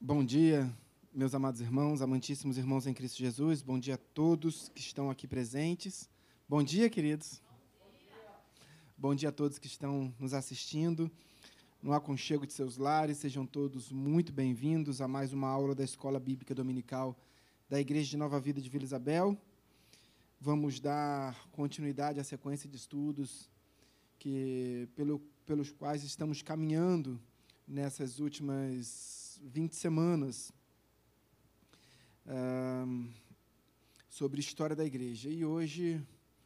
Bom dia, meus amados irmãos, amantíssimos irmãos em Cristo Jesus. Bom dia a todos que estão aqui presentes. Bom dia, queridos. Bom dia a todos que estão nos assistindo no aconchego de seus lares. Sejam todos muito bem-vindos a mais uma aula da Escola Bíblica Dominical da Igreja de Nova Vida de Vila Isabel. Vamos dar continuidade à sequência de estudos pelos quais estamos caminhando nessas últimas 20 semanas sobre história da igreja. E hoje,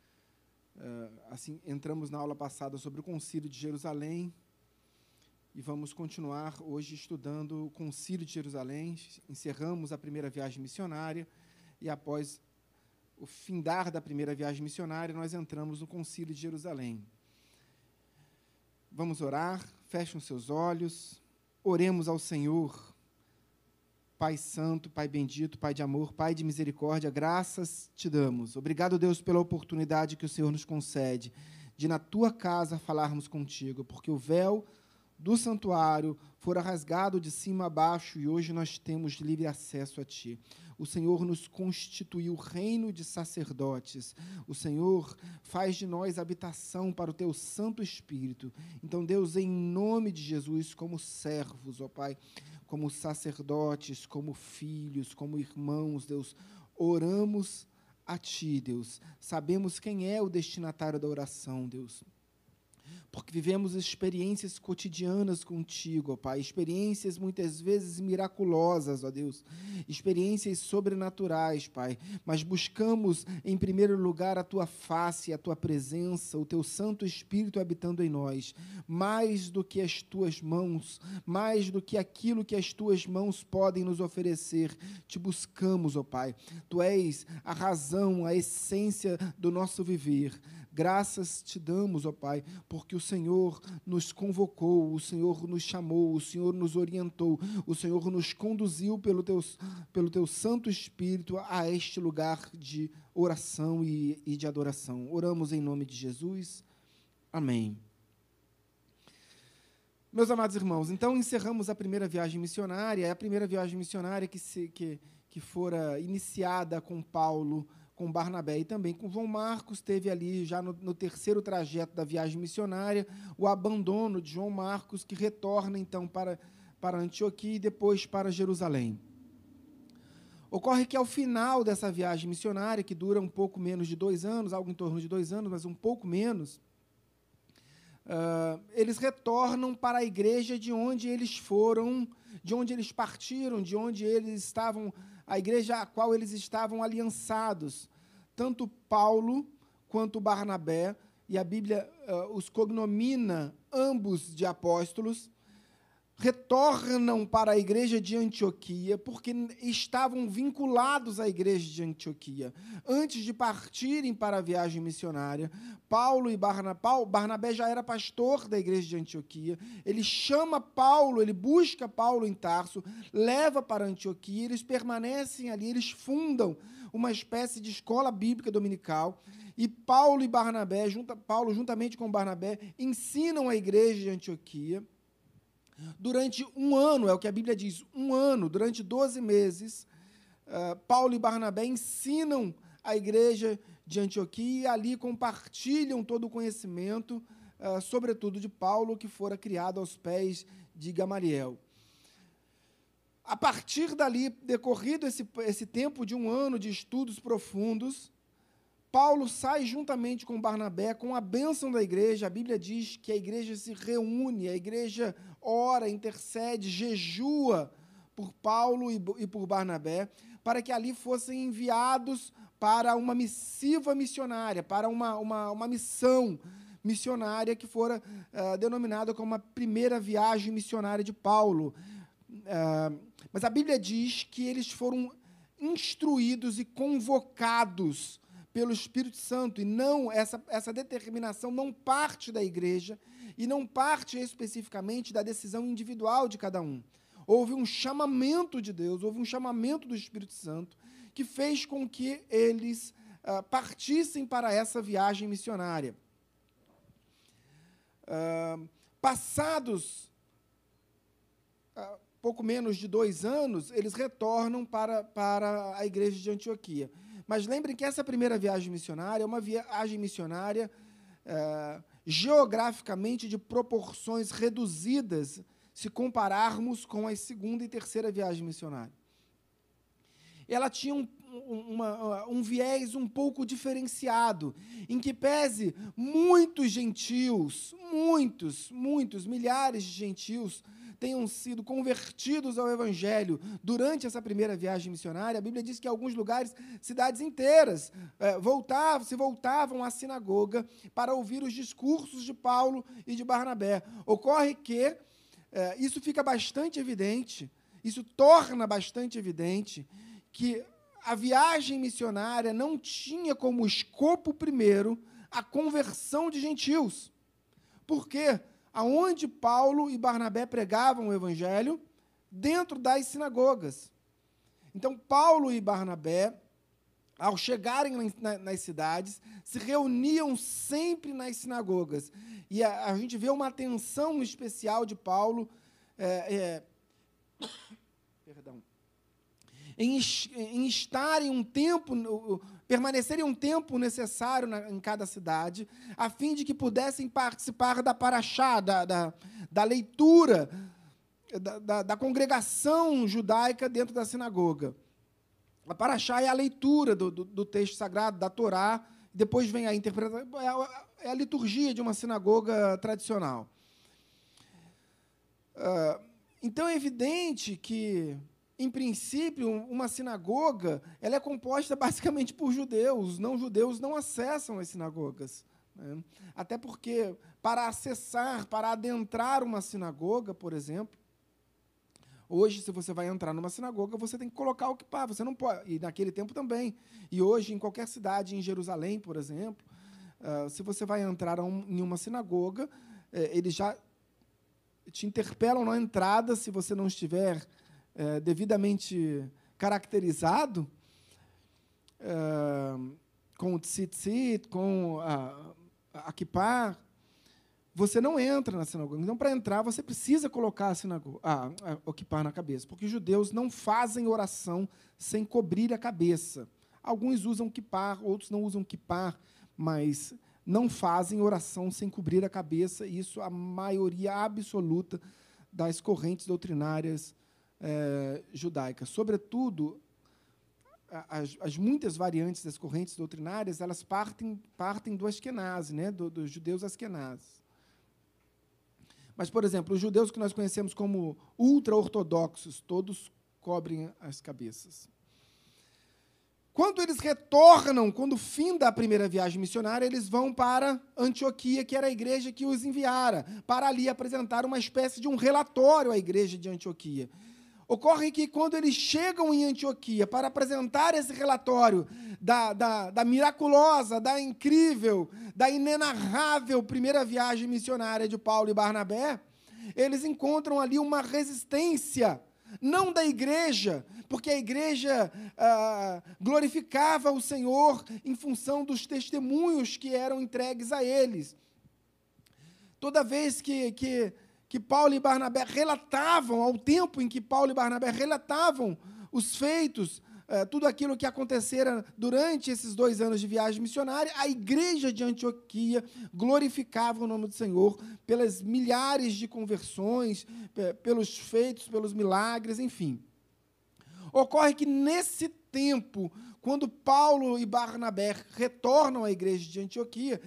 entramos na aula passada sobre o Concílio de Jerusalém e vamos continuar hoje estudando o Concílio de Jerusalém. Encerramos a primeira viagem missionária e, após o findar da primeira viagem missionária, nós entramos no Concílio de Jerusalém. Vamos orar, fechem os seus olhos, oremos ao Senhor. Pai santo, Pai bendito, Pai de amor, Pai de misericórdia, graças te damos. Obrigado, Deus, pela oportunidade que o Senhor nos concede de, na tua casa, falarmos contigo, porque o véu do santuário fora rasgado de cima a baixo e hoje nós temos livre acesso a ti. O Senhor nos constituiu reino de sacerdotes. O Senhor faz de nós habitação para o teu Santo Espírito. Então, Deus, em nome de Jesus, como servos, ó Pai, como sacerdotes, como filhos, como irmãos, Deus, oramos a ti, Deus. Sabemos quem é o destinatário da oração, Deus, porque vivemos experiências cotidianas contigo, ó Pai, experiências muitas vezes miraculosas, ó Deus, experiências sobrenaturais, Pai, mas buscamos em primeiro lugar a tua face, a tua presença, o teu Santo Espírito habitando em nós, mais do que as tuas mãos, mais do que aquilo que as tuas mãos podem nos oferecer, te buscamos, ó Pai, tu és a razão, a essência do nosso viver. Graças te damos, ó Pai, porque o Senhor nos convocou, o Senhor nos chamou, o Senhor nos orientou, o Senhor nos conduziu pelo teu Santo Espírito a este lugar de oração e de adoração. Oramos em nome de Jesus. Amém. Meus amados irmãos, então encerramos a primeira viagem missionária, que fora iniciada com Paulo, com Barnabé e também com João Marcos. Teve ali, já no terceiro trajeto da viagem missionária, o abandono de João Marcos, que retorna, então, para Antioquia e depois para Jerusalém. Ocorre que, ao final dessa viagem missionária, que dura um pouco menos de 2 anos, algo em torno de 2 anos, mas um pouco menos, eles retornam para a igreja de onde eles foram, de onde eles partiram, de onde eles estavam, a igreja a qual eles estavam aliançados. Tanto Paulo quanto Barnabé, e a Bíblia os cognomina ambos de apóstolos, retornam para a igreja de Antioquia, porque estavam vinculados à igreja de Antioquia. Antes de partirem para a viagem missionária, Barnabé já era pastor da igreja de Antioquia. Ele chama Paulo, ele busca Paulo em Tarso, leva para Antioquia, eles permanecem ali, eles fundam uma espécie de escola bíblica dominical, e Paulo juntamente com Barnabé, ensinam a igreja de Antioquia. Durante 1 ano, é o que a Bíblia diz, 1 ano, durante 12 meses, Paulo e Barnabé ensinam a igreja de Antioquia e ali compartilham todo o conhecimento, sobretudo de Paulo, que fora criado aos pés de Gamaliel. A partir dali, decorrido esse tempo de 1 ano de estudos profundos, Paulo sai juntamente com Barnabé, com a bênção da igreja. A Bíblia diz que a igreja se reúne, a igreja ora, intercede, jejua por Paulo e por Barnabé, para que ali fossem enviados para uma missiva missionária, para uma missão missionária que fora denominada como a primeira viagem missionária de Paulo. Mas a Bíblia diz que eles foram instruídos e convocados pelo Espírito Santo, e não essa determinação não parte da igreja e não parte especificamente da decisão individual de cada um. Houve um chamamento de Deus, houve um chamamento do Espírito Santo que fez com que eles partissem para essa viagem missionária. Passados pouco menos de 2 anos, eles retornam para a igreja de Antioquia. Mas lembrem que essa primeira viagem missionária é uma viagem missionária geograficamente de proporções reduzidas, se compararmos com a segunda e terceira viagem missionária. Ela tinha um viés um pouco diferenciado, em que pese muitos gentios, muitos, milhares de gentios tenham sido convertidos ao Evangelho durante essa primeira viagem missionária, a Bíblia diz que em alguns lugares, cidades inteiras, se voltavam à sinagoga para ouvir os discursos de Paulo e de Barnabé. Ocorre que isso fica bastante evidente, isso torna bastante evidente que a viagem missionária não tinha como escopo primeiro a conversão de gentios. Por quê? Aonde Paulo e Barnabé pregavam o Evangelho? Dentro das sinagogas. Então, Paulo e Barnabé, ao chegarem nas cidades, se reuniam sempre nas sinagogas. E a gente vê uma atenção especial de Paulo em estarem um tempo, permanecerem um tempo necessário em cada cidade, a fim de que pudessem participar da paraxá, da leitura, da congregação judaica dentro da sinagoga. A paraxá é a leitura do texto sagrado, da Torá, depois vem a interpretação, é a liturgia de uma sinagoga tradicional. Então, é evidente que, em princípio, uma sinagoga ela é composta basicamente por judeus. Não-judeus não acessam as sinagogas, né? Até porque, para adentrar uma sinagoga, por exemplo, hoje, se você vai entrar numa sinagoga, você tem que colocar o quipá, você não pode, e naquele tempo também. E hoje, em qualquer cidade, em Jerusalém, por exemplo, se você vai entrar em uma sinagoga, eles já te interpelam na entrada, se você não estiver devidamente caracterizado, com o tzitzit, com a kippah, você não entra na sinagoga. Então, para entrar, você precisa colocar o kippah na cabeça, porque os judeus não fazem oração sem cobrir a cabeça. Alguns usam kippah, outros não usam kippah, mas não fazem oração sem cobrir a cabeça, e isso a maioria absoluta das correntes doutrinárias judaicas. Sobretudo, as muitas variantes das correntes doutrinárias, elas partem do Askenazi, né, dos judeus askenazes. Mas, por exemplo, os judeus que nós conhecemos como ultra-ortodoxos, todos cobrem as cabeças. Quando eles retornam, quando finda a primeira viagem missionária, eles vão para Antioquia, que era a igreja que os enviara, para ali apresentar uma espécie de um relatório à igreja de Antioquia. Ocorre que, quando eles chegam em Antioquia para apresentar esse relatório da miraculosa, da incrível, da inenarrável primeira viagem missionária de Paulo e Barnabé, eles encontram ali uma resistência, não da igreja, porque a igreja glorificava o Senhor em função dos testemunhos que eram entregues a eles. Toda vez que Paulo e Barnabé relatavam, ao tempo em que Paulo e Barnabé relatavam os feitos, tudo aquilo que acontecera durante esses 2 anos de viagem missionária, a igreja de Antioquia glorificava o nome do Senhor pelas milhares de conversões, pelos feitos, pelos milagres, enfim. Ocorre que, nesse tempo, quando Paulo e Barnabé retornam à igreja de Antioquia,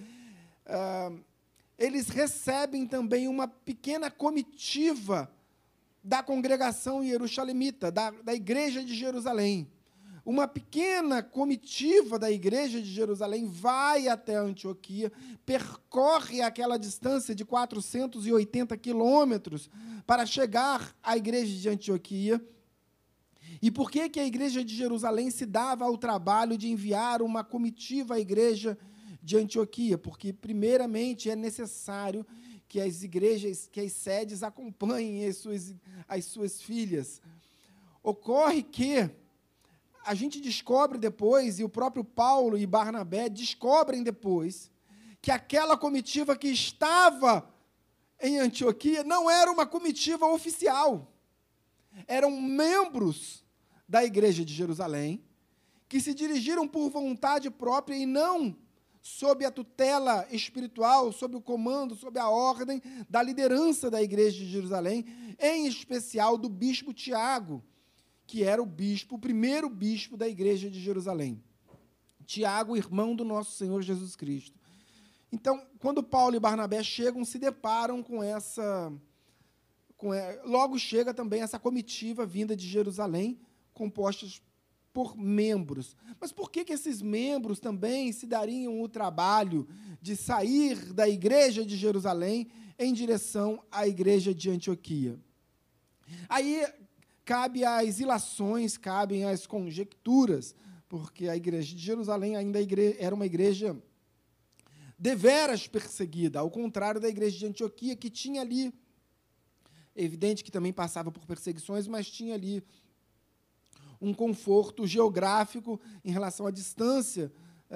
eles recebem também uma pequena comitiva da congregação jerusalemita, da igreja de Jerusalém. Uma pequena comitiva da igreja de Jerusalém vai até Antioquia, percorre aquela distância de 480 quilômetros para chegar à igreja de Antioquia. E por que a igreja de Jerusalém se dava ao trabalho de enviar uma comitiva à igreja de Antioquia? Porque, primeiramente, é necessário que as igrejas, que as sedes acompanhem as suas filhas. Ocorre que a gente descobre depois, e o próprio Paulo e Barnabé descobrem depois, que aquela comitiva que estava em Antioquia não era uma comitiva oficial. eram membros da igreja de Jerusalém, que se dirigiram por vontade própria e não sob a tutela espiritual, sob o comando, sob a ordem da liderança da igreja de Jerusalém, em especial do bispo Tiago, que era o primeiro bispo da igreja de Jerusalém. Tiago, irmão do nosso Senhor Jesus Cristo. Então, quando Paulo e Barnabé chegam, se deparam com essa... logo chega também essa comitiva vinda de Jerusalém, composta por membros. Mas por que esses membros também se dariam o trabalho de sair da igreja de Jerusalém em direção à igreja de Antioquia? Aí cabe as ilações, cabem as conjecturas, porque a igreja de Jerusalém ainda era uma igreja deveras perseguida, ao contrário da igreja de Antioquia, que tinha ali, evidente que também passava por perseguições, mas tinha ali um conforto geográfico em relação à distância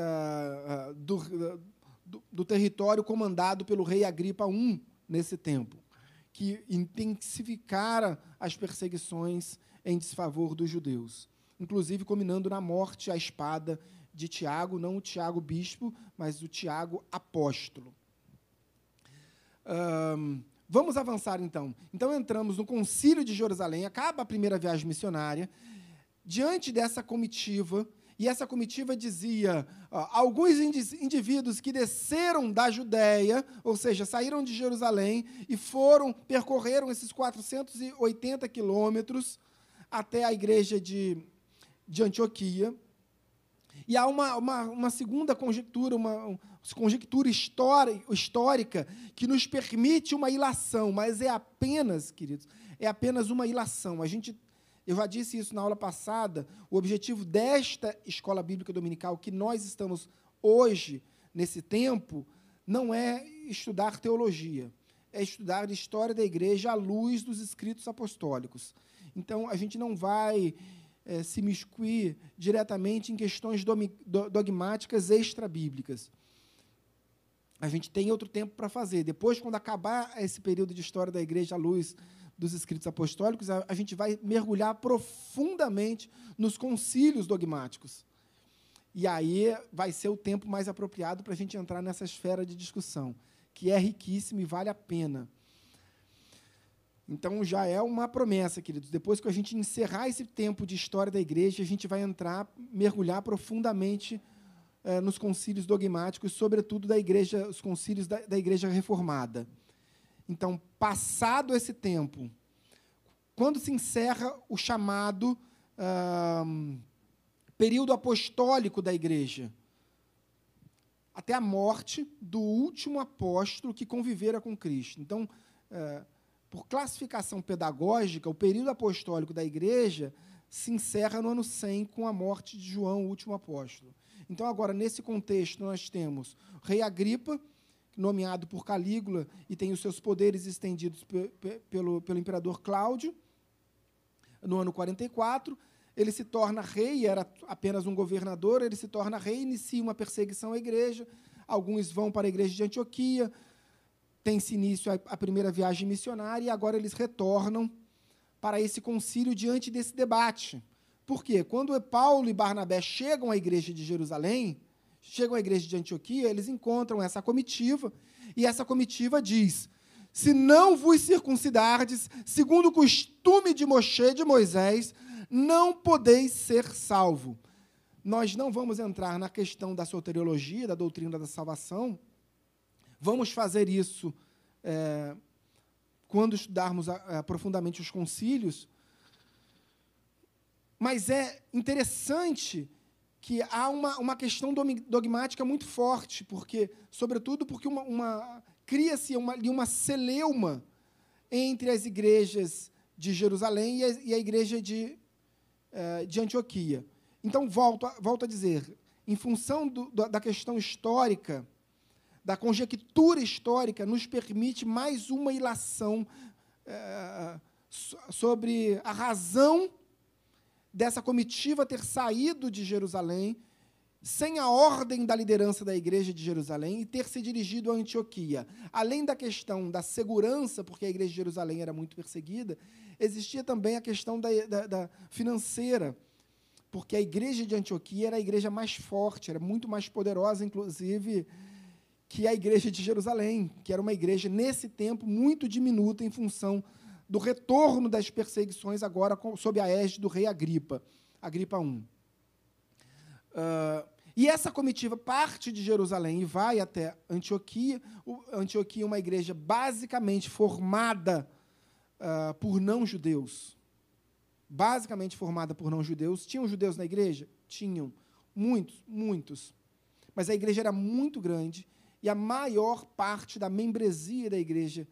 do território comandado pelo rei Agripa I nesse tempo, que intensificara as perseguições em desfavor dos judeus, inclusive culminando na morte à espada de Tiago, não o Tiago bispo, mas o Tiago apóstolo. Vamos avançar, então. Então, entramos no Concílio de Jerusalém, acaba a primeira viagem missionária, diante dessa comitiva, e essa comitiva dizia, alguns indivíduos que desceram da Judéia, ou seja, saíram de Jerusalém e percorreram esses 480 quilômetros até a igreja de Antioquia. E há uma segunda conjectura, uma conjectura histórica que nos permite uma ilação, mas é apenas, queridos, uma ilação. Eu já disse isso na aula passada, o objetivo desta escola bíblica dominical que nós estamos hoje, nesse tempo, não é estudar teologia, é estudar a história da igreja à luz dos escritos apostólicos. Então, a gente não vai se miscuir diretamente em questões dogmáticas extra-bíblicas. A gente tem outro tempo para fazer. Depois, quando acabar esse período de história da igreja à luz dos escritos apostólicos, a gente vai mergulhar profundamente nos concílios dogmáticos. E aí vai ser o tempo mais apropriado para a gente entrar nessa esfera de discussão, que é riquíssima e vale a pena. Então, já é uma promessa, queridos. Depois que a gente encerrar esse tempo de história da igreja, a gente vai mergulhar profundamente nos concílios dogmáticos, sobretudo os concílios da igreja reformada. Então, passado esse tempo, quando se encerra o chamado período apostólico da igreja, até a morte do último apóstolo que convivera com Cristo. Então, por classificação pedagógica, o período apostólico da igreja se encerra no ano 100 com a morte de João, o último apóstolo. Então, agora, nesse contexto, nós temos o rei Agripa, nomeado por Calígula e tem os seus poderes estendidos pelo imperador Cláudio, no ano 44, ele se torna rei, era apenas um governador, ele se torna rei, inicia uma perseguição à igreja, alguns vão para a igreja de Antioquia, tem-se início a primeira viagem missionária, e agora eles retornam para esse concílio diante desse debate. Por quê? Quando Paulo e Barnabé chegam à igreja de Jerusalém, chegam à igreja de Antioquia, eles encontram essa comitiva, e essa comitiva diz, se não vos circuncidardes, segundo o costume de Moisés, não podeis ser salvo. Nós não vamos entrar na questão da soteriologia, da doutrina da salvação, vamos fazer isso quando estudarmos profundamente os concílios, mas é interessante que há uma questão dogmática muito forte, sobretudo porque cria-se uma celeuma entre as igrejas de Jerusalém e a igreja de Antioquia. Então, volto a dizer, em função da questão histórica, da conjectura histórica, nos permite mais uma ilação sobre a razão dessa comitiva ter saído de Jerusalém, sem a ordem da liderança da igreja de Jerusalém e ter se dirigido a Antioquia. Além da questão da segurança, porque a igreja de Jerusalém era muito perseguida, existia também a questão da financeira, porque a igreja de Antioquia era a igreja mais forte, era muito mais poderosa, inclusive, que a igreja de Jerusalém, que era uma igreja, nesse tempo, muito diminuta em função do retorno das perseguições, agora sob a égide do rei Agripa I. E essa comitiva parte de Jerusalém e vai até Antioquia. Antioquia é uma igreja basicamente formada por não-judeus. Basicamente formada por não-judeus. Tinham judeus na igreja? Tinham. Muitos. Mas a igreja era muito grande e a maior parte da membresia da igreja.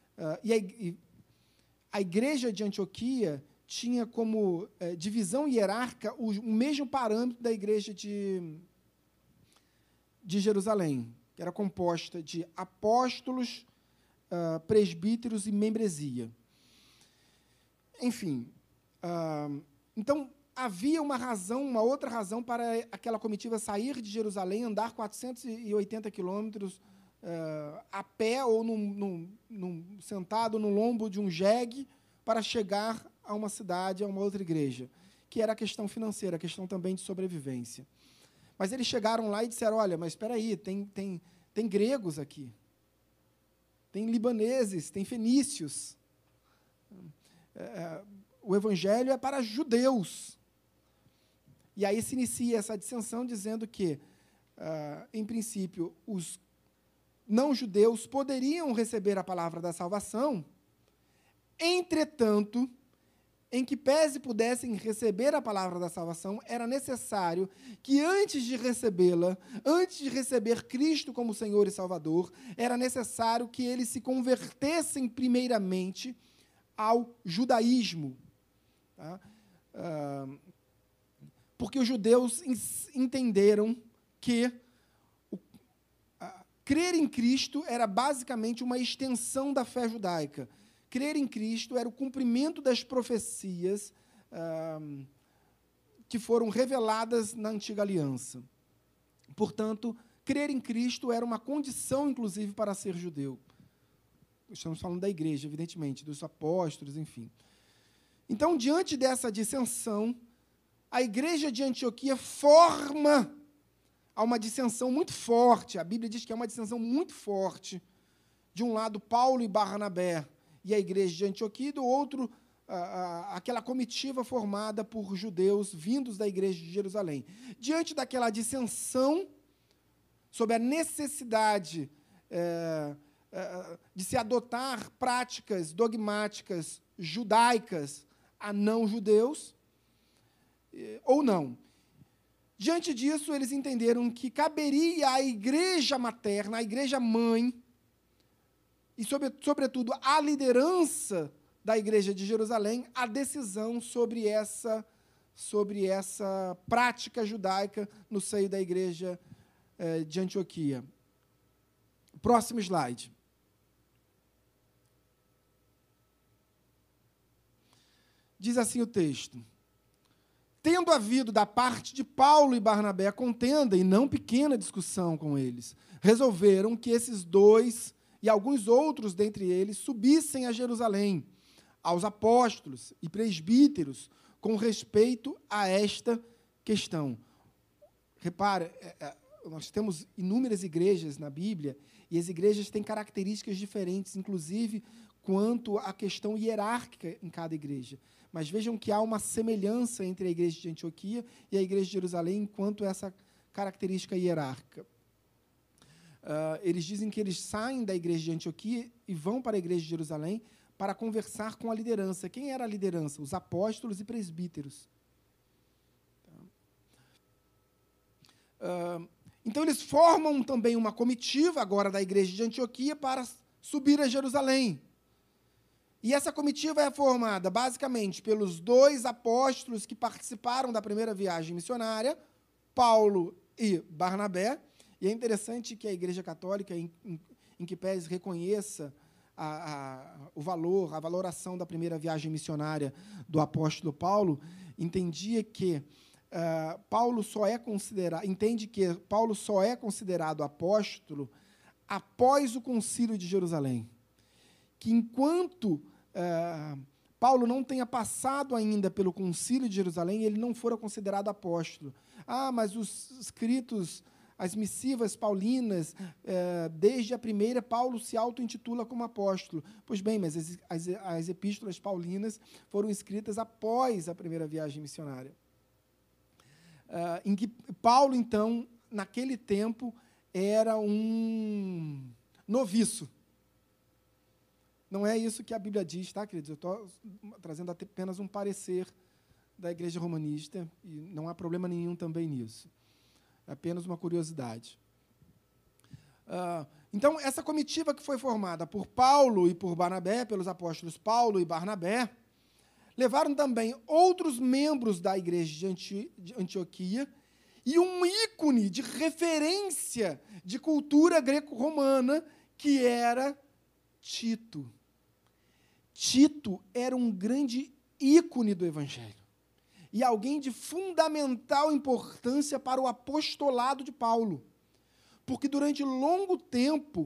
A igreja de Antioquia tinha como divisão hierárquica o mesmo parâmetro da igreja de Jerusalém, que era composta de apóstolos, presbíteros e membresia. Enfim, então havia uma outra razão para aquela comitiva sair de Jerusalém, andar 480 quilômetros a pé ou sentado no lombo de um jegue para chegar a uma cidade, a uma outra igreja, que era a questão financeira, a questão também de sobrevivência. Mas eles chegaram lá e disseram, olha, mas espera aí, tem gregos aqui, tem libaneses, tem fenícios. O evangelho é para judeus. E aí se inicia essa dissensão dizendo que, em princípio, os não-judeus poderiam receber a palavra da salvação, entretanto, em que pese pudessem receber a palavra da salvação, era necessário que, antes de recebê-la, antes de receber Cristo como Senhor e Salvador, era necessário que eles se convertessem primeiramente ao judaísmo. Tá? Porque os judeus entenderam que crer em Cristo era basicamente uma extensão da fé judaica. Crer em Cristo era o cumprimento das profecias que foram reveladas na Antiga Aliança. Portanto, crer em Cristo era uma condição, inclusive, para ser judeu. Estamos falando da igreja, evidentemente, dos apóstolos, enfim. Então, diante dessa dissensão, a igreja de Antioquia forma uma dissensão muito forte. A Bíblia diz que é uma dissensão muito forte. De um lado, Paulo e Barnabé e a igreja de Antioquia, e do outro, aquela comitiva formada por judeus vindos da igreja de Jerusalém. Diante daquela dissensão, sobre a necessidade de se adotar práticas dogmáticas judaicas a não-judeus, ou não. Diante disso, eles entenderam que caberia à igreja materna, à igreja mãe, e, sobretudo, à liderança da igreja de Jerusalém, a decisão sobre essa prática judaica no seio da igreja de Antioquia. Próximo slide. Diz assim o texto: tendo havido da parte de Paulo e Barnabé contenda e não pequena discussão com eles, resolveram que esses dois e alguns outros dentre eles subissem a Jerusalém, aos apóstolos e presbíteros, com respeito a esta questão. Repara, nós temos inúmeras igrejas na Bíblia, e as igrejas têm características diferentes, inclusive quanto à questão hierárquica em cada igreja. Mas vejam que há uma semelhança entre a igreja de Antioquia e a igreja de Jerusalém quanto a essa característica hierárquica. Eles dizem que eles saem da igreja de Antioquia e vão para a igreja de Jerusalém para conversar com a liderança. Quem era a liderança? Os apóstolos e presbíteros. Então, eles formam também uma comitiva, agora da igreja de Antioquia, para subir a Jerusalém. E essa comitiva é formada, basicamente, pelos dois apóstolos que participaram da primeira viagem missionária, Paulo e Barnabé. E é interessante que a Igreja Católica, em que pese reconheça o valor, a valoração da primeira viagem missionária do apóstolo Paulo, entendia que Paulo só é considerado, entende que Paulo só é considerado apóstolo após o Concílio de Jerusalém. Que enquanto Paulo não tenha passado ainda pelo Concílio de Jerusalém, ele não fora considerado apóstolo. Mas os escritos, as missivas paulinas, desde a primeira, Paulo se auto-intitula como apóstolo. Pois bem, mas as epístolas paulinas foram escritas após a primeira viagem missionária. Em que Paulo, então, naquele tempo, era um noviço. Não é isso que a Bíblia diz, tá, queridos? Eu estou trazendo apenas um parecer da igreja romanista, e não há problema nenhum também nisso. É apenas uma curiosidade. Então, essa comitiva que foi formada por Paulo e por Barnabé, pelos apóstolos Paulo e Barnabé, levaram também outros membros da igreja de Antioquia e um ícone de referência de cultura greco-romana, que era Tito. Tito era um grande ícone do Evangelho e alguém de fundamental importância para o apostolado de Paulo, porque durante longo tempo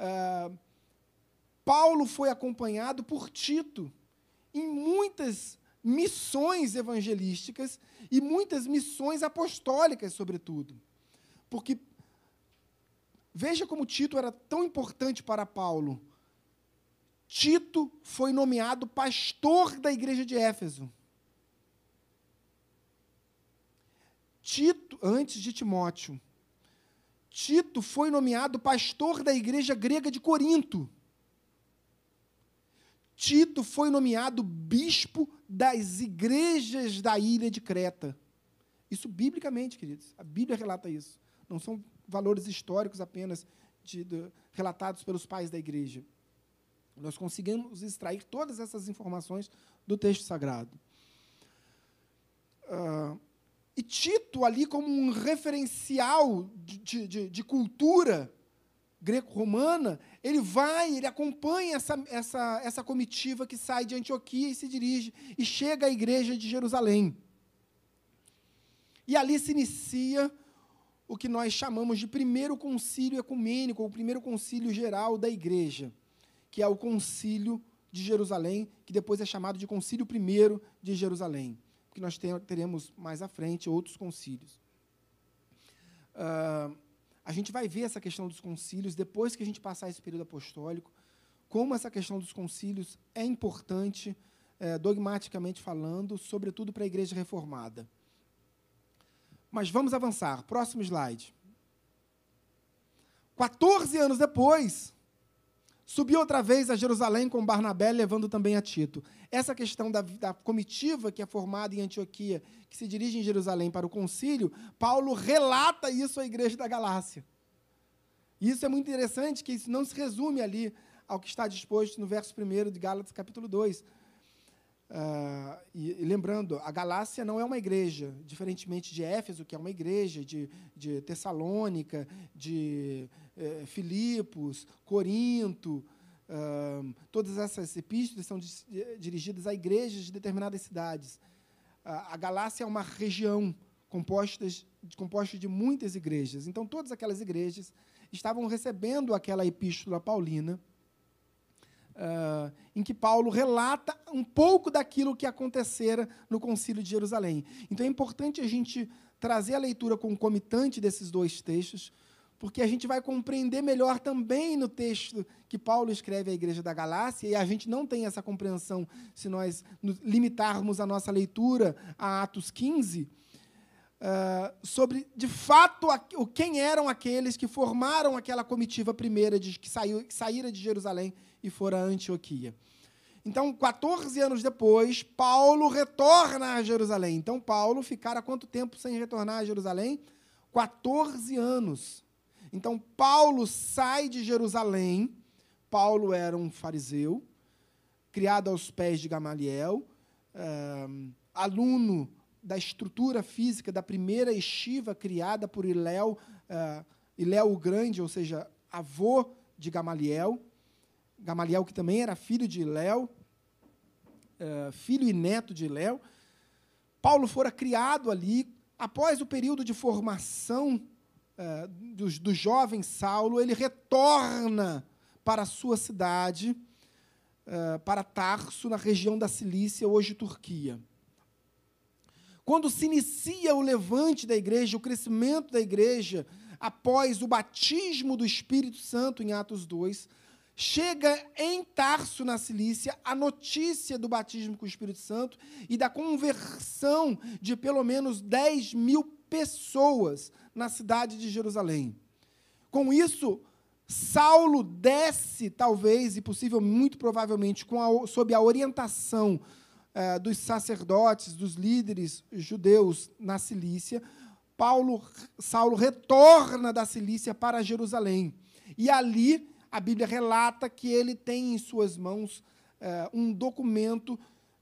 Paulo foi acompanhado por Tito em muitas missões evangelísticas e muitas missões apostólicas, sobretudo. Porque veja como Tito era tão importante para Paulo. Tito foi nomeado pastor da igreja de Éfeso. Tito, antes de Timóteo, Tito foi nomeado pastor da igreja grega de Corinto. Tito foi nomeado bispo das igrejas da ilha de Creta. Isso biblicamente, queridos. A Bíblia relata isso. Não são valores históricos apenas relatados pelos pais da igreja. Nós conseguimos extrair todas essas informações do texto sagrado. E Tito, ali como um referencial de cultura greco-romana, ele acompanha essa comitiva que sai de Antioquia e se dirige e chega à igreja de Jerusalém. E ali se inicia o que nós chamamos de primeiro concílio ecumênico, ou primeiro concílio geral da igreja, que é o concílio de Jerusalém, que depois é chamado de concílio primeiro de Jerusalém, que nós teremos mais à frente outros concílios. A gente vai ver essa questão dos concílios, depois que a gente passar esse período apostólico, como essa questão dos concílios é importante, dogmaticamente falando, sobretudo para a igreja reformada. Mas vamos avançar. Próximo slide. 14 anos depois, subiu outra vez a Jerusalém com Barnabé, levando também a Tito. Essa questão da comitiva que é formada em Antioquia, que se dirige em Jerusalém para o concílio, Paulo relata isso à igreja da Galácia. E isso é muito interessante, que isso não se resume ali ao que está disposto no verso 1 de Gálatas, capítulo 2. E lembrando, a Galácia não é uma igreja, diferentemente de Éfeso, que é uma igreja, de Tessalônica, de Filipos, Corinto, todas essas epístolas são dirigidas a igrejas de determinadas cidades. A Galácia é uma região composta de muitas igrejas. Então, todas aquelas igrejas estavam recebendo aquela epístola paulina, em que Paulo relata um pouco daquilo que acontecera no Concílio de Jerusalém. Então, é importante a gente trazer a leitura concomitante desses dois textos, porque a gente vai compreender melhor também no texto que Paulo escreve à igreja da Galácia, e a gente não tem essa compreensão se nós limitarmos a nossa leitura a Atos 15, sobre, de fato, quem eram aqueles que formaram aquela comitiva primeira que saíra de Jerusalém e fora a Antioquia. Então, 14 anos depois, Paulo retorna a Jerusalém. Então, Paulo ficara quanto tempo sem retornar a Jerusalém? 14 anos. Então, Paulo sai de Jerusalém. Paulo era um fariseu, criado aos pés de Gamaliel, aluno da estrutura física da primeira estiva criada por Hilel o Grande, ou seja, avô de Gamaliel. Gamaliel, que também era filho de Hilel, filho e neto de Hilel. Paulo fora criado ali, após o período de formação do jovem Saulo, ele retorna para a sua cidade, para Tarso, na região da Cilícia, hoje Turquia. Quando se inicia o levante da igreja, o crescimento da igreja, após o batismo do Espírito Santo, em Atos 2, chega em Tarso, na Cilícia, a notícia do batismo com o Espírito Santo e da conversão de pelo menos 10.000 pessoas na cidade de Jerusalém. Com isso, Saulo desce, talvez, e possível, muito provavelmente, sob a orientação dos sacerdotes, dos líderes judeus na Cilícia. Saulo retorna da Cilícia para Jerusalém. E ali, a Bíblia relata que ele tem em suas mãos um documento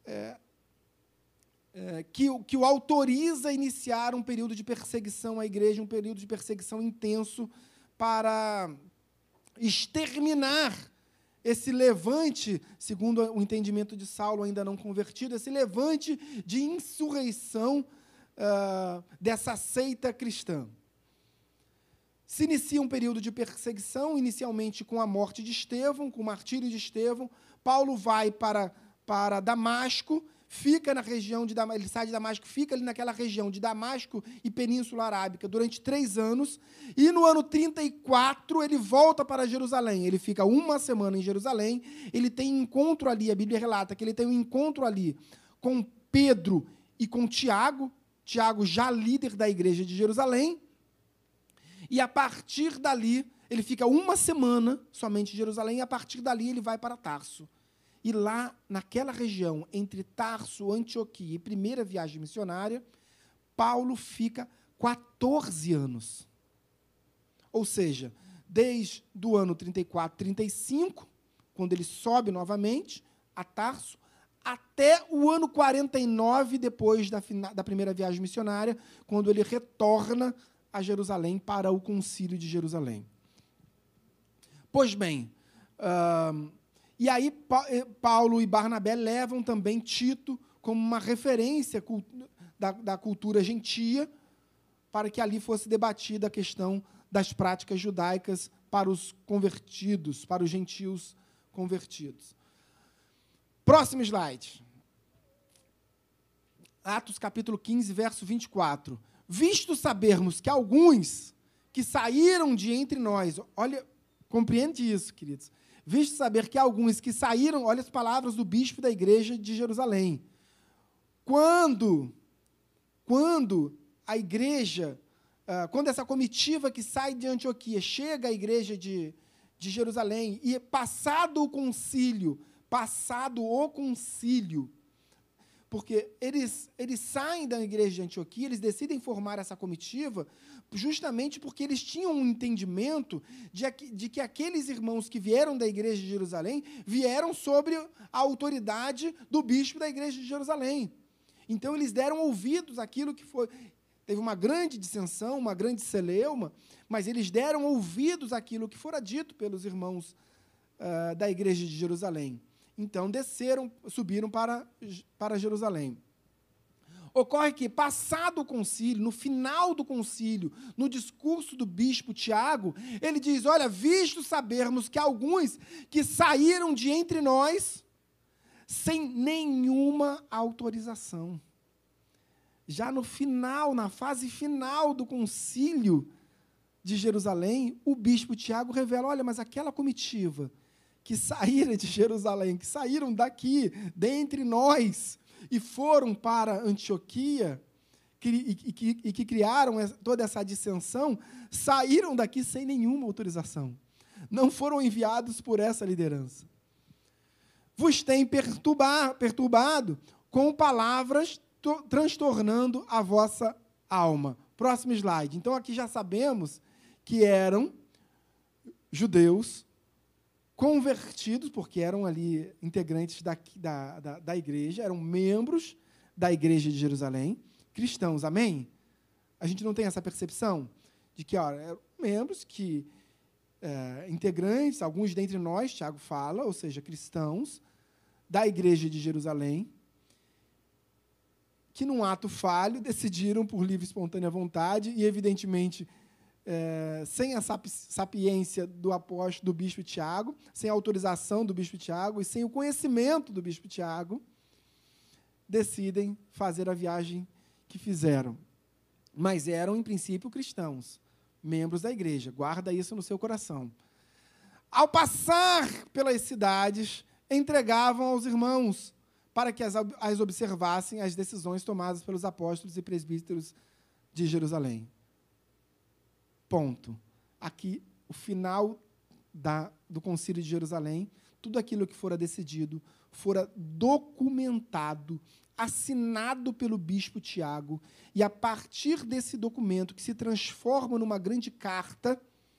que o autoriza a iniciar um período de perseguição à igreja, um período de perseguição intenso para exterminar esse levante, segundo o entendimento de Saulo, ainda não convertido, esse levante de insurreição dessa seita cristã. Se inicia um período de perseguição, inicialmente com a morte de Estevão, com o martírio de Estevão. Paulo vai para Damasco, fica na região de Damasco, ele sai de Damasco, fica ali naquela região de Damasco e Península Arábica durante 3 anos, e no ano 34 ele volta para Jerusalém. Ele fica 1 semana em Jerusalém, ele tem encontro ali, a Bíblia relata que ele tem um encontro ali com Pedro e com Tiago, já líder da igreja de Jerusalém, e a partir dali, ele fica 1 semana somente em Jerusalém, e a partir dali ele vai para Tarso. E lá, naquela região, entre Tarso, Antioquia e primeira viagem missionária, Paulo fica 14 anos. Ou seja, desde o ano 34, 35, quando ele sobe novamente a Tarso, até o ano 49, depois da primeira viagem missionária, quando ele retorna a Jerusalém para o Concílio de Jerusalém. Pois bem, e aí Paulo e Barnabé levam também Tito como uma referência da cultura gentia, para que ali fosse debatida a questão das práticas judaicas para os convertidos, para os gentios convertidos. Próximo slide. Atos capítulo 15, verso 24. Visto sabermos que alguns que saíram de entre nós, olha, compreende isso, queridos, visto saber que alguns que saíram, olha as palavras do bispo da igreja de Jerusalém, quando a igreja, quando essa comitiva que sai de Antioquia chega à igreja de Jerusalém, e passado o concílio, porque eles saem da igreja de Antioquia, eles decidem formar essa comitiva, justamente porque eles tinham um entendimento de que aqueles irmãos que vieram da igreja de Jerusalém vieram sobre a autoridade do bispo da igreja de Jerusalém. Então, eles deram ouvidos àquilo que foi... Teve uma grande dissensão, uma grande celeuma, mas eles deram ouvidos àquilo que fora dito pelos irmãos da igreja de Jerusalém. Então, subiram para Jerusalém. Ocorre que, passado o concílio, no final do concílio, no discurso do bispo Tiago, ele diz, olha, visto sabermos que alguns que saíram de entre nós sem nenhuma autorização. Já no final, na fase final do concílio de Jerusalém, o bispo Tiago revela, olha, mas aquela comitiva que saíram de Jerusalém, que saíram daqui, dentre nós, e foram para Antioquia, e que criaram toda essa dissensão, saíram daqui sem nenhuma autorização. Não foram enviados por essa liderança. Vos tem perturbado com palavras transtornando a vossa alma. Próximo slide. Então, aqui já sabemos que eram judeus convertidos, porque eram ali integrantes da igreja, eram membros da igreja de Jerusalém, cristãos, amém? A gente não tem essa percepção de que, eram membros que, integrantes, alguns dentre nós, Tiago fala, ou seja, cristãos, da igreja de Jerusalém, que, num ato falho, decidiram por livre e espontânea vontade e, evidentemente, sem a sapiência do apóstolo, do bispo Tiago, sem a autorização do bispo Tiago e sem o conhecimento do bispo Tiago, decidem fazer a viagem que fizeram. Mas eram, em princípio, cristãos, membros da igreja. Guarda isso no seu coração. Ao passar pelas cidades, entregavam aos irmãos para que as observassem as decisões tomadas pelos apóstolos e presbíteros de Jerusalém. Ponto. Aqui, o final do Concílio de Jerusalém, tudo aquilo que fora decidido, fora documentado, assinado pelo bispo Tiago, e a partir desse documento, que se transforma numa grande carta,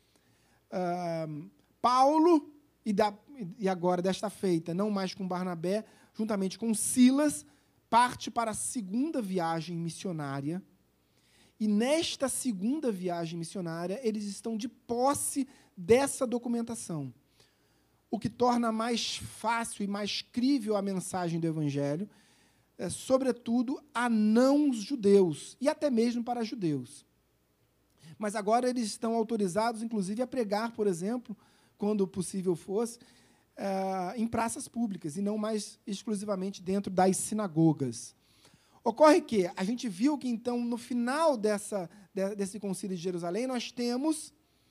Paulo, e agora desta feita, não mais com Barnabé, juntamente com Silas, parte para a segunda viagem missionária. E nesta segunda viagem missionária, eles estão de posse dessa documentação, o que torna mais fácil e mais crível a mensagem do Evangelho, sobretudo a não-judeus, e até mesmo para judeus. Mas agora eles estão autorizados, inclusive, a pregar, por exemplo, quando possível fosse, em praças públicas, e não mais exclusivamente dentro das sinagogas. Ocorre que a gente viu que, então, no final desse concílio de Jerusalém, nós temos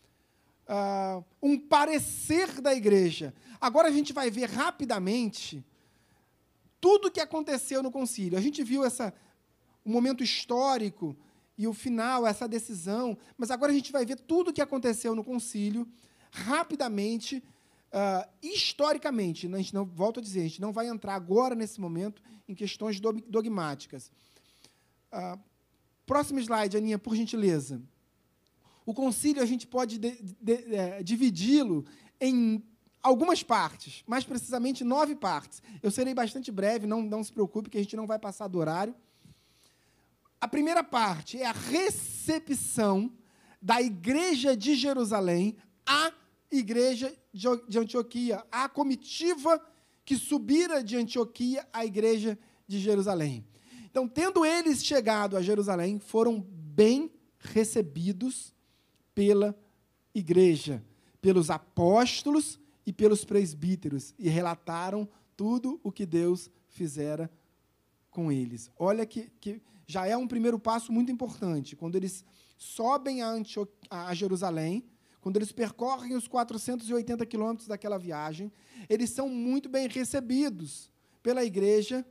um parecer da igreja. Agora a gente vai ver rapidamente tudo o que aconteceu no concílio. A gente viu o momento histórico e o final, essa decisão, mas agora a gente vai ver tudo o que aconteceu no concílio, rapidamente, historicamente. A gente não, volto a dizer, a gente não vai entrar agora, nesse momento, em questões dogmáticas. Próximo slide, Aninha, por gentileza. O concílio, a gente pode dividi-lo em algumas partes, mais precisamente 9 partes. Eu serei bastante breve, não se preocupe, que a gente não vai passar do horário. A primeira parte é a recepção da igreja de Jerusalém à igreja de Antioquia, à comitiva que subira de Antioquia à igreja de Jerusalém. Então, tendo eles chegado a Jerusalém, foram bem recebidos pela igreja, pelos apóstolos e pelos presbíteros, e relataram tudo o que Deus fizera com eles. Olha que já é um primeiro passo muito importante. Quando eles sobem a Jerusalém, quando eles percorrem os 480 quilômetros daquela viagem, eles são muito bem recebidos pela igreja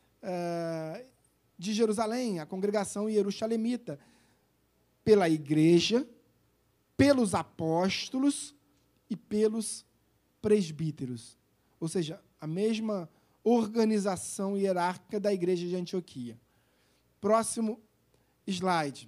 de Jerusalém, a congregação ierusalemita, pela igreja, pelos apóstolos e pelos presbíteros. Ou seja, a mesma organização hierárquica da igreja de Antioquia. Próximo slide.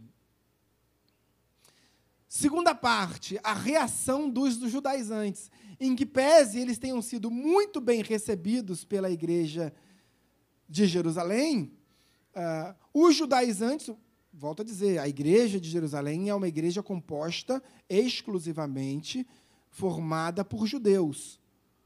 Segunda parte, a reação dos judaizantes, em que pese eles tenham sido muito bem recebidos pela igreja de Jerusalém, os judaizantes, volto a dizer, a igreja de Jerusalém é uma igreja composta exclusivamente, formada por judeus.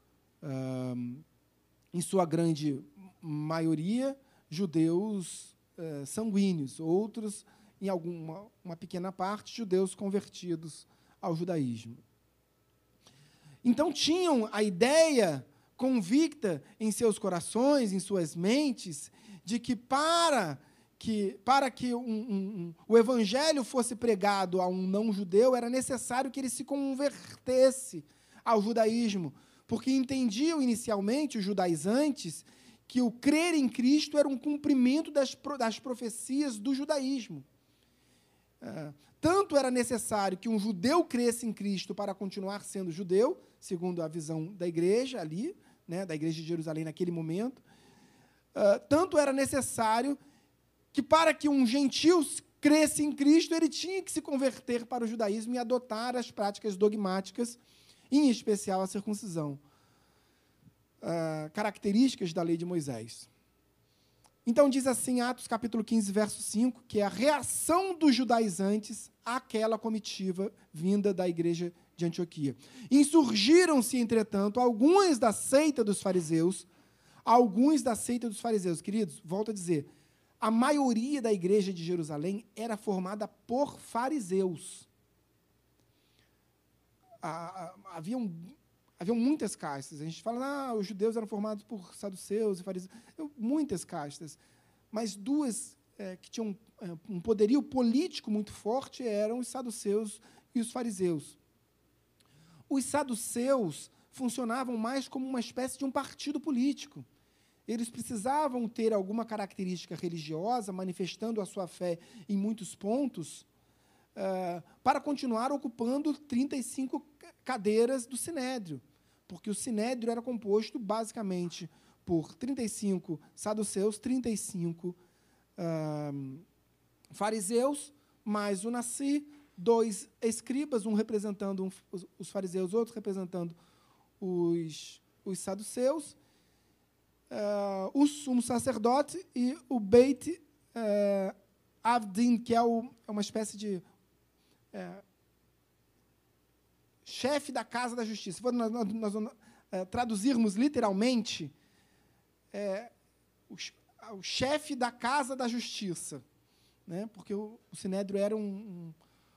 Em sua grande maioria, judeus sanguíneos, outros, em uma pequena parte, judeus convertidos ao judaísmo. Então, tinham a ideia convicta em seus corações, em suas mentes, de que para que o evangelho fosse pregado a um não-judeu, era necessário que ele se convertesse ao judaísmo, porque entendiam inicialmente, os judaizantes, que o crer em Cristo era um cumprimento das profecias do judaísmo. Tanto era necessário que um judeu cresça em Cristo para continuar sendo judeu, segundo a visão da igreja ali, né, da igreja de Jerusalém naquele momento, tanto era necessário que para que um gentio cresça em Cristo, ele tinha que se converter para o judaísmo e adotar as práticas dogmáticas, em especial a circuncisão, características da lei de Moisés. Então, diz assim, Atos capítulo 15, verso 5, que é a reação dos judaizantes àquela comitiva vinda da igreja de Antioquia. Insurgiram-se, entretanto, alguns da seita dos fariseus, queridos, volto a dizer, a maioria da igreja de Jerusalém era formada por fariseus. Haviam muitas castas. A gente fala, os judeus eram formados por saduceus e fariseus. Muitas castas. Mas duas que tinham um poderio político muito forte eram os saduceus e os fariseus. Os saduceus funcionavam mais como uma espécie de um partido político. Eles precisavam ter alguma característica religiosa, manifestando a sua fé em muitos pontos, para continuar ocupando 35 cadeiras do Sinédrio, porque o Sinédrio era composto, basicamente, por 35 saduceus, 35 fariseus, mais o Nassi, 2 escribas, um representando os fariseus, outro representando os saduceus, o sumo sacerdote e o Beit Avdin, que é uma espécie de chefe da casa da justiça. Se nós traduzirmos literalmente, o chefe da casa da justiça, né? Porque o Sinédrio era um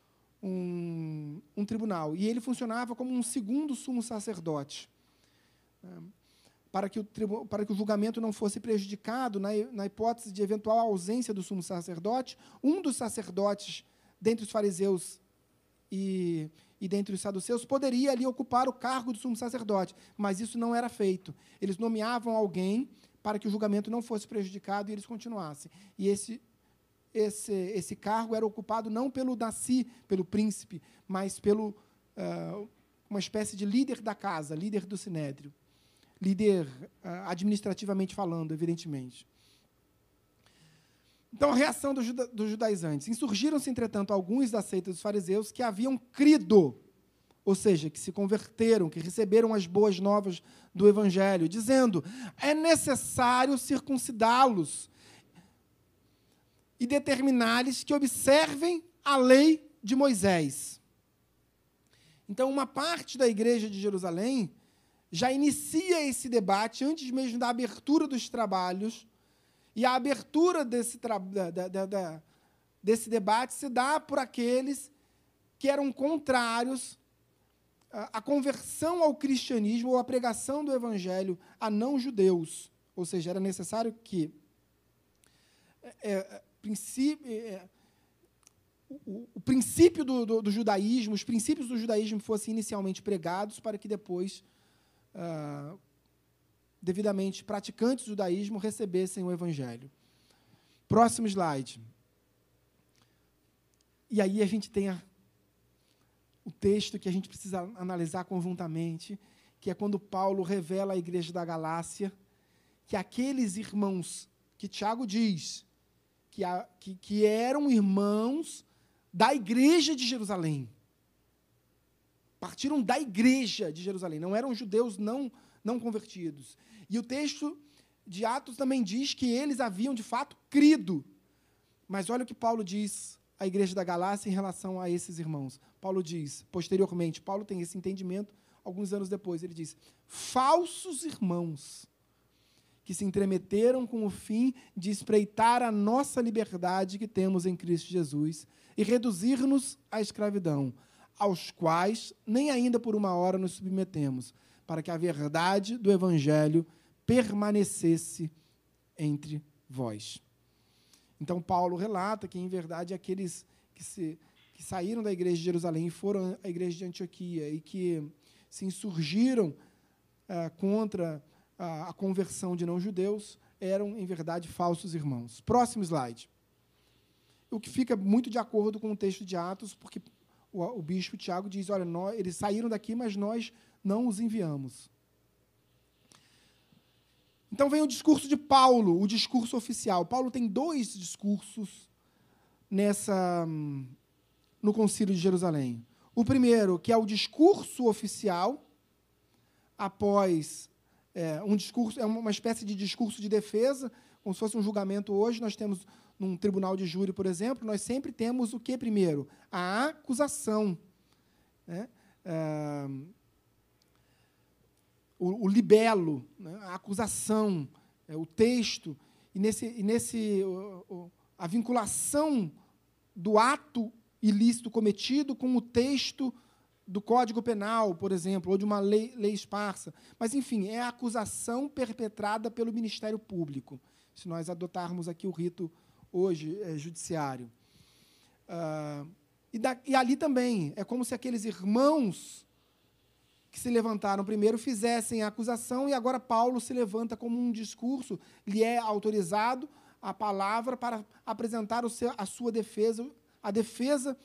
tribunal, e ele funcionava como um segundo sumo sacerdote, para que o julgamento não fosse prejudicado, na hipótese de eventual ausência do sumo sacerdote, um dos sacerdotes, dentre os fariseus e dentre os saduceus, poderia ali ocupar o cargo do sumo sacerdote, mas isso não era feito. Eles nomeavam alguém para que o julgamento não fosse prejudicado e eles continuassem. E esse cargo era ocupado não pelo Nassi, pelo príncipe, mas pelo uma espécie de líder da casa, líder do Sinédrio. Líder administrativamente falando, evidentemente. Então, a reação dos judaizantes. Insurgiram-se, entretanto, alguns da seita dos fariseus que haviam crido, ou seja, que se converteram, que receberam as boas novas do Evangelho, dizendo, é necessário circuncidá-los e determinar-lhes que observem a lei de Moisés. Então, uma parte da igreja de Jerusalém já inicia esse debate antes mesmo da abertura dos trabalhos, e a abertura desse debate se dá por aqueles que eram contrários à conversão ao cristianismo ou à pregação do evangelho a não-judeus. Ou seja, era necessário que o princípio do judaísmo, os princípios do judaísmo fossem inicialmente pregados para que depois devidamente praticantes do judaísmo recebessem o evangelho. Próximo slide. E aí a gente tem o texto que a gente precisa analisar conjuntamente, que é quando Paulo revela à igreja da Galácia que aqueles irmãos que Tiago diz que eram irmãos da igreja de Jerusalém, partiram da igreja de Jerusalém, não eram judeus não convertidos. E o texto de Atos também diz que eles haviam, de fato, crido. Mas olha o que Paulo diz à igreja da Galácia em relação a esses irmãos. Paulo diz, posteriormente, Paulo tem esse entendimento, alguns anos depois, ele diz, falsos irmãos, que se entremeteram com o fim de espreitar a nossa liberdade que temos em Cristo Jesus e reduzir-nos à escravidão, aos quais nem ainda por uma hora nos submetemos, para que a verdade do Evangelho permanecesse entre vós. Então, Paulo relata que, em verdade, aqueles que saíram da igreja de Jerusalém e foram à igreja de Antioquia e que se insurgiram contra a conversão de não-judeus eram, em verdade, falsos irmãos. Próximo slide. O que fica muito de acordo com o texto de Atos, porque o bispo Tiago diz, olha, eles saíram daqui, mas nós não os enviamos. Então vem o discurso de Paulo, o discurso oficial. Paulo tem 2 discursos no Concílio de Jerusalém. O primeiro, que é o discurso oficial, após um discurso, uma espécie de discurso de defesa, como se fosse um julgamento hoje. Nós temos, num tribunal de júri, por exemplo, nós sempre temos o que primeiro? A acusação, né? O libelo, né? A acusação, o texto, a vinculação do ato ilícito cometido com o texto do Código Penal, por exemplo, ou de uma lei esparsa. Mas, enfim, é a acusação perpetrada pelo Ministério Público, se nós adotarmos aqui o rito hoje judiciário. E ali também, é como se aqueles irmãos que se levantaram primeiro fizessem a acusação, e agora Paulo se levanta como um discurso, lhe é autorizado a palavra para apresentar a sua defesa, a defesa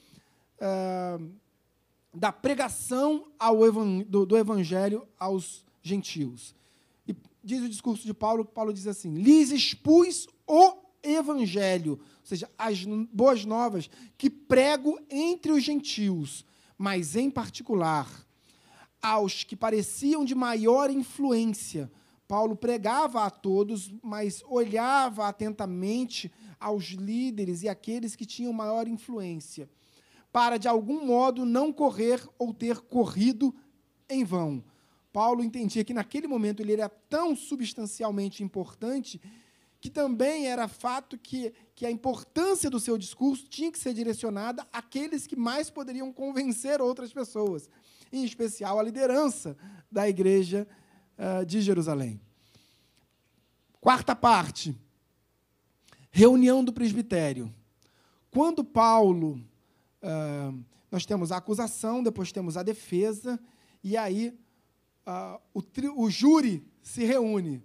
da pregação do Evangelho aos gentios. E diz o discurso de Paulo, Paulo diz assim: lhes expus o Evangelho, ou seja, as boas novas que prego entre os gentios, mas, em particular, aos que pareciam de maior influência. Paulo pregava a todos, mas olhava atentamente aos líderes e àqueles que tinham maior influência, para, de algum modo, não correr ou ter corrido em vão. Paulo entendia que, naquele momento, ele era tão substancialmente importante que também era fato que a importância do seu discurso tinha que ser direcionada àqueles que mais poderiam convencer outras pessoas, em especial a liderança da igreja de Jerusalém. Quarta parte, reunião do presbitério. Quando Paulo... nós temos a acusação, depois temos a defesa, e aí o júri se reúne.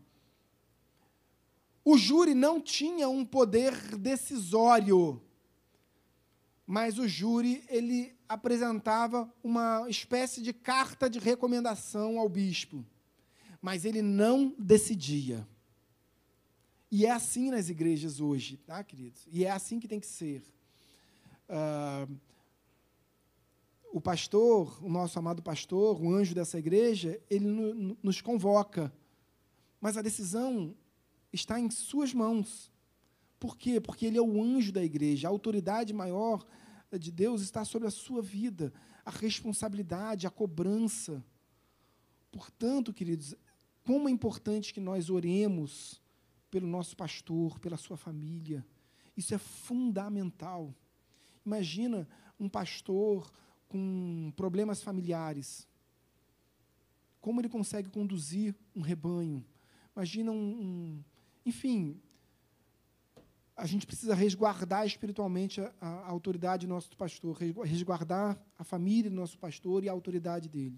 O júri não tinha um poder decisório, mas o júri ele apresentava uma espécie de carta de recomendação ao bispo, mas ele não decidia. E é assim nas igrejas hoje, tá, queridos? E é assim que tem que ser. O pastor, o nosso amado pastor, o anjo dessa igreja, ele nos convoca, mas a decisão está em suas mãos. Por quê? Porque ele é o anjo da igreja, a autoridade maior de Deus está sobre a sua vida, a responsabilidade, a cobrança. Portanto, queridos, como é importante que nós oremos pelo nosso pastor, pela sua família. Isso é fundamental. Imagina um pastor com problemas familiares. Como ele consegue conduzir um rebanho? Imagina enfim, a gente precisa resguardar espiritualmente a autoridade do nosso pastor, resguardar a família do nosso pastor e a autoridade dele.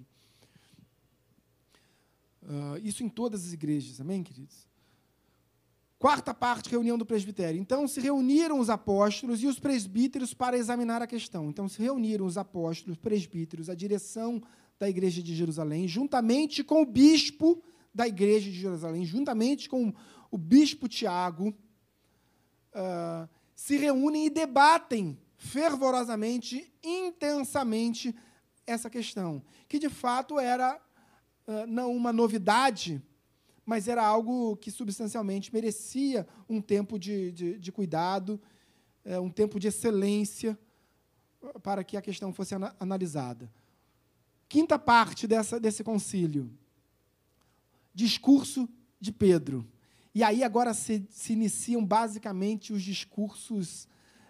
Isso em todas as igrejas, amém, queridos? Quarta parte, reunião do presbitério. Então, se reuniram os apóstolos e os presbíteros para examinar a questão. Então, se reuniram os apóstolos, presbíteros, a direção da igreja de Jerusalém, juntamente com o bispo da igreja de Jerusalém, juntamente com o bispo Tiago, se reúnem e debatem fervorosamente, intensamente, essa questão, que, de fato, era não uma novidade, mas era algo que, substancialmente, merecia um tempo de cuidado, um tempo de excelência, para que a questão fosse analisada. Quinta parte desse concílio, discurso de Pedro. E aí agora se iniciam basicamente os discursos.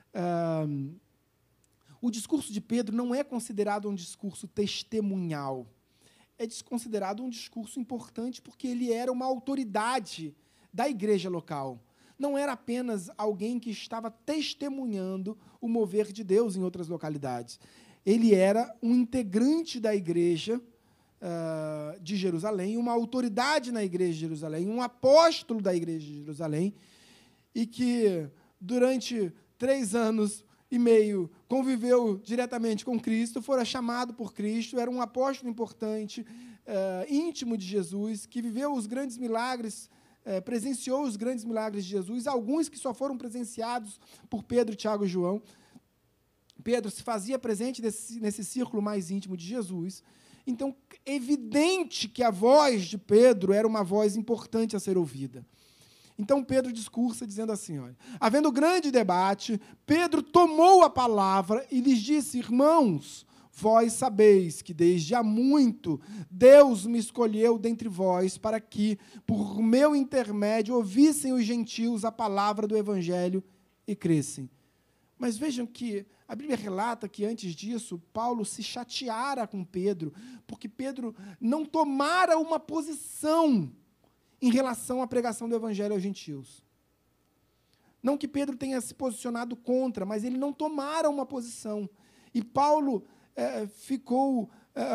O discurso de Pedro não é considerado um discurso testemunhal. É considerado um discurso importante porque ele era uma autoridade da igreja local. Não era apenas alguém que estava testemunhando o mover de Deus em outras localidades. Ele era um integrante da igreja de Jerusalém, uma autoridade na igreja de Jerusalém, um apóstolo da igreja de Jerusalém, e que, durante 3 anos e meio, conviveu diretamente com Cristo, fora chamado por Cristo, era um apóstolo importante, íntimo de Jesus, que viveu os grandes milagres, presenciou os grandes milagres de Jesus, alguns que só foram presenciados por Pedro, Tiago e João. Pedro se fazia presente nesse círculo mais íntimo de Jesus. Então, evidente que a voz de Pedro era uma voz importante a ser ouvida. Então, Pedro discursa dizendo assim, olha, havendo grande debate, Pedro tomou a palavra e lhes disse, irmãos, vós sabeis que desde há muito Deus me escolheu dentre vós para que, por meu intermédio, ouvissem os gentios a palavra do evangelho e crescem. Mas vejam que a Bíblia relata que, antes disso, Paulo se chateara com Pedro, porque Pedro não tomara uma posição em relação à pregação do evangelho aos gentios. Não que Pedro tenha se posicionado contra, mas ele não tomara uma posição. E Paulo ficou,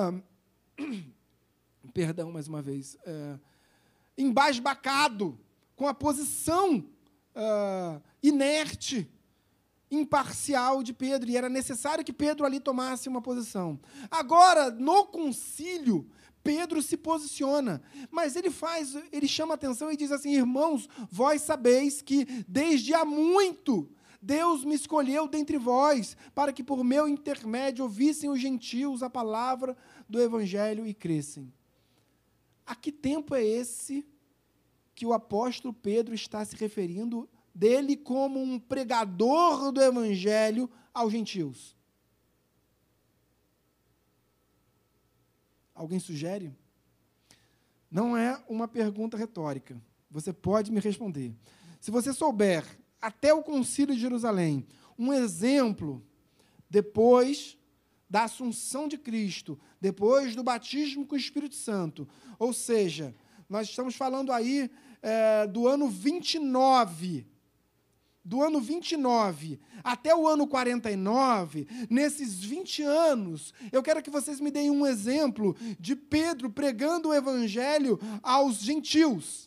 perdão mais uma vez, embasbacado com a posição inerte, imparcial de Pedro, e era necessário que Pedro ali tomasse uma posição. Agora, no concílio, Pedro se posiciona, mas ele chama a atenção e diz assim: irmãos, vós sabeis que desde há muito Deus me escolheu dentre vós, para que por meu intermédio ouvissem os gentios a palavra do evangelho e crescem. A que tempo é esse que o apóstolo Pedro está se referindo dele como um pregador do evangelho aos gentios? Alguém sugere? Não é uma pergunta retórica. Você pode me responder. Se você souber, até o Concílio de Jerusalém, um exemplo, depois da assunção de Cristo, depois do batismo com o Espírito Santo, ou seja, nós estamos falando aí do ano 29, do ano 29 até o ano 49, nesses 20 anos, eu quero que vocês me deem um exemplo de Pedro pregando o evangelho aos gentios.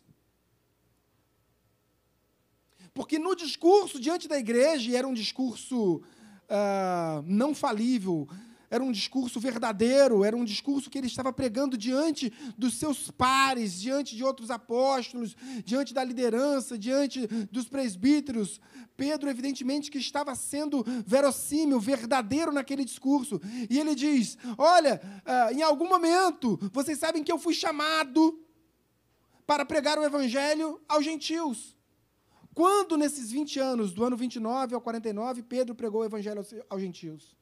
Porque no discurso diante da igreja, e era um discurso não falível, era um discurso verdadeiro, era um discurso que ele estava pregando diante dos seus pares, diante de outros apóstolos, diante da liderança, diante dos presbíteros. Pedro, evidentemente, que estava sendo verossímil, verdadeiro naquele discurso. E ele diz: olha, em algum momento, vocês sabem que eu fui chamado para pregar o evangelho aos gentios. Quando, nesses 20 anos, do ano 29 ao 49, Pedro pregou o evangelho aos gentios?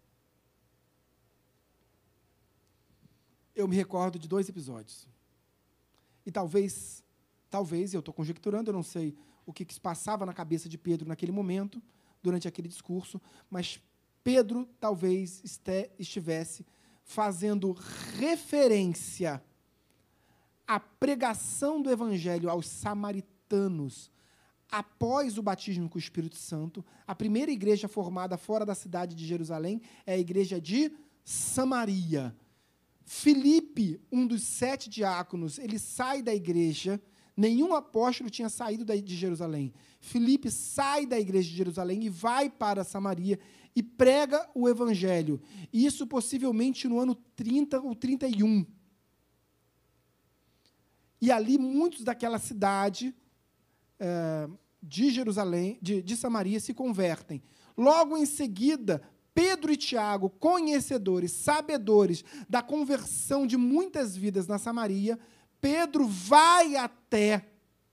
Eu me recordo de 2 episódios. E talvez, eu estou conjecturando, eu não sei o que se passava na cabeça de Pedro naquele momento, durante aquele discurso, mas Pedro talvez estivesse fazendo referência à pregação do evangelho aos samaritanos após o batismo com o Espírito Santo. A primeira igreja formada fora da cidade de Jerusalém é a igreja de Samaria. Filipe, um dos 7 diáconos, ele sai da igreja. Nenhum apóstolo tinha saído de Jerusalém. Filipe sai da igreja de Jerusalém e vai para Samaria e prega o evangelho. Isso possivelmente no ano 30 ou 31. E ali muitos daquela cidade de Jerusalém, de Samaria, se convertem. Logo em seguida, Pedro e Tiago, conhecedores, sabedores da conversão de muitas vidas na Samaria, Pedro vai até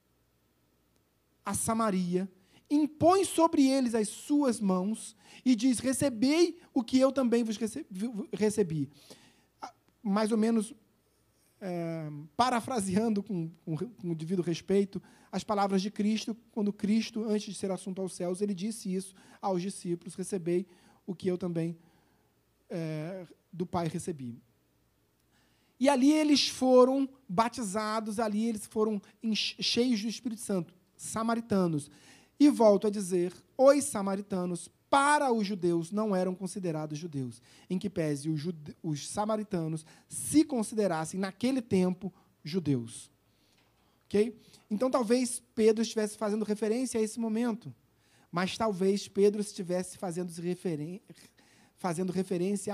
a Samaria, impõe sobre eles as suas mãos e diz: recebei o que eu também vos recebi. Mais ou menos, parafraseando com o devido respeito, as palavras de Cristo, quando Cristo, antes de ser assunto aos céus, ele disse isso aos discípulos: recebei o que eu também do Pai recebi. E ali eles foram batizados, ali eles foram cheios do Espírito Santo, samaritanos. E volto a dizer, os samaritanos, para os judeus, não eram considerados judeus, em que pese os samaritanos se considerassem, naquele tempo, judeus. Okay? Então, talvez Pedro estivesse fazendo referência a esse momento, mas talvez Pedro estivesse fazendo referência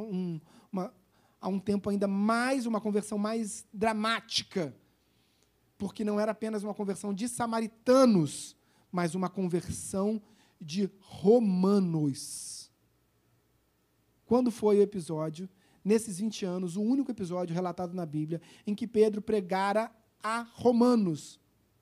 a um tempo ainda mais, uma conversão mais dramática, porque não era apenas uma conversão de samaritanos, mas uma conversão de romanos. Quando foi o episódio, nesses 20 anos, o único episódio relatado na Bíblia em que Pedro pregara a romanos?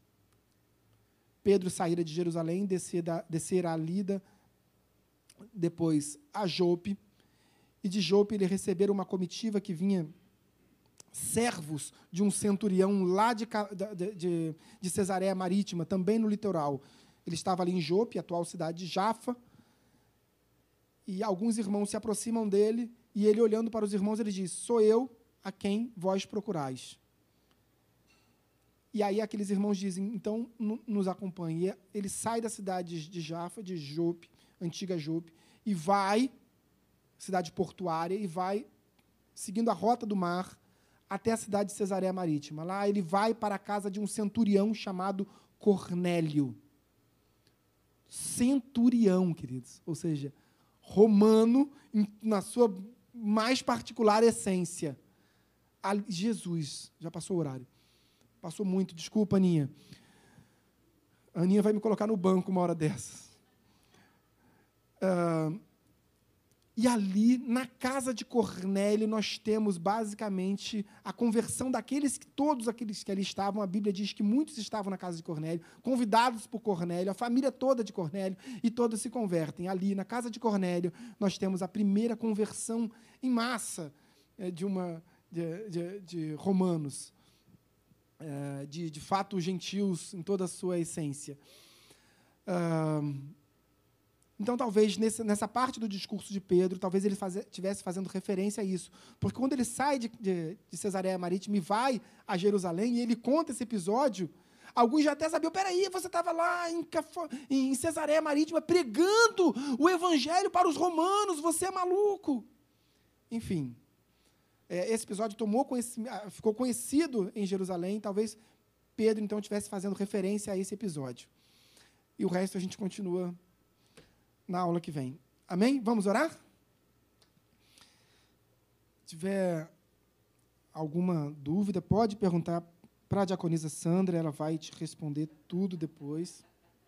Pedro saíra de Jerusalém, descer a Lida, depois a Jope, e de Jope ele receberam uma comitiva que vinha servos de um centurião lá de Cesareia Marítima, também no litoral. Ele estava ali em Jope, atual cidade de Jafa, e alguns irmãos se aproximam dele, e ele, olhando para os irmãos, ele diz: sou eu a quem vós procurais. E aí aqueles irmãos dizem: então nos acompanhe. E ele sai da cidade de Jafa, de Jope, antiga Jope, e vai, cidade portuária, e vai, seguindo a rota do mar, até a cidade de Cesareia Marítima. Lá ele vai para a casa de um centurião chamado Cornélio. Centurião, queridos, ou seja, romano na sua mais particular essência. Jesus, já passou o horário. Passou muito, desculpa, Aninha. A Aninha vai me colocar no banco uma hora dessas. E ali, na casa de Cornélio, nós temos, basicamente, a conversão todos aqueles que ali estavam. A Bíblia diz que muitos estavam na casa de Cornélio, convidados por Cornélio, a família toda de Cornélio, e todos se convertem. Ali, na casa de Cornélio, nós temos a primeira conversão em massa de romanos, de fato gentios em toda a sua essência. Então, talvez, nessa parte do discurso de Pedro, talvez ele estivesse fazendo referência a isso. Porque quando ele sai de Cesareia Marítima e vai a Jerusalém, e ele conta esse episódio, alguns já até sabiam: peraí, você estava lá em Cesareia Marítima pregando o evangelho para os romanos, você é maluco. Enfim, esse episódio ficou conhecido em Jerusalém, talvez Pedro, então, estivesse fazendo referência a esse episódio. E o resto a gente continua na aula que vem. Amém? Vamos orar? Se tiver alguma dúvida, pode perguntar para a diaconisa Sandra, ela vai te responder tudo depois.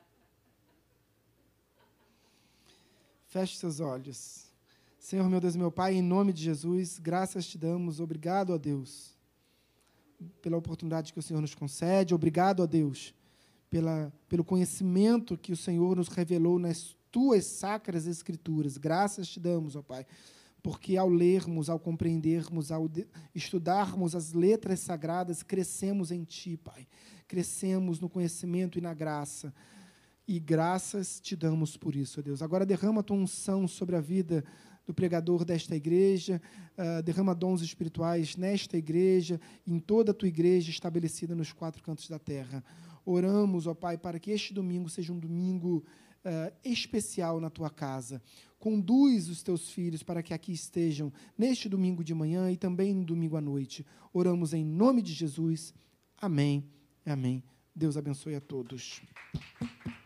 Feche seus olhos. Senhor, meu Deus e meu Pai, em nome de Jesus, graças te damos. Obrigado a Deus pela oportunidade que o Senhor nos concede. Obrigado a Deus pelo conhecimento que o Senhor nos revelou nas tuas sacras escrituras. Graças te damos, ó Pai, porque ao lermos, ao compreendermos, ao estudarmos as letras sagradas, crescemos em Ti, Pai. Crescemos no conhecimento e na graça. E graças te damos por isso, ó Deus. Agora derrama a tua unção sobre a vida do pregador desta igreja, derrama dons espirituais nesta igreja, em toda a tua igreja estabelecida nos 4 cantos da terra. Oramos, ó Pai, para que este domingo seja um domingo especial na tua casa. Conduz os teus filhos para que aqui estejam neste domingo de manhã e também no domingo à noite. Oramos em nome de Jesus. Amém. Amém. Deus abençoe a todos.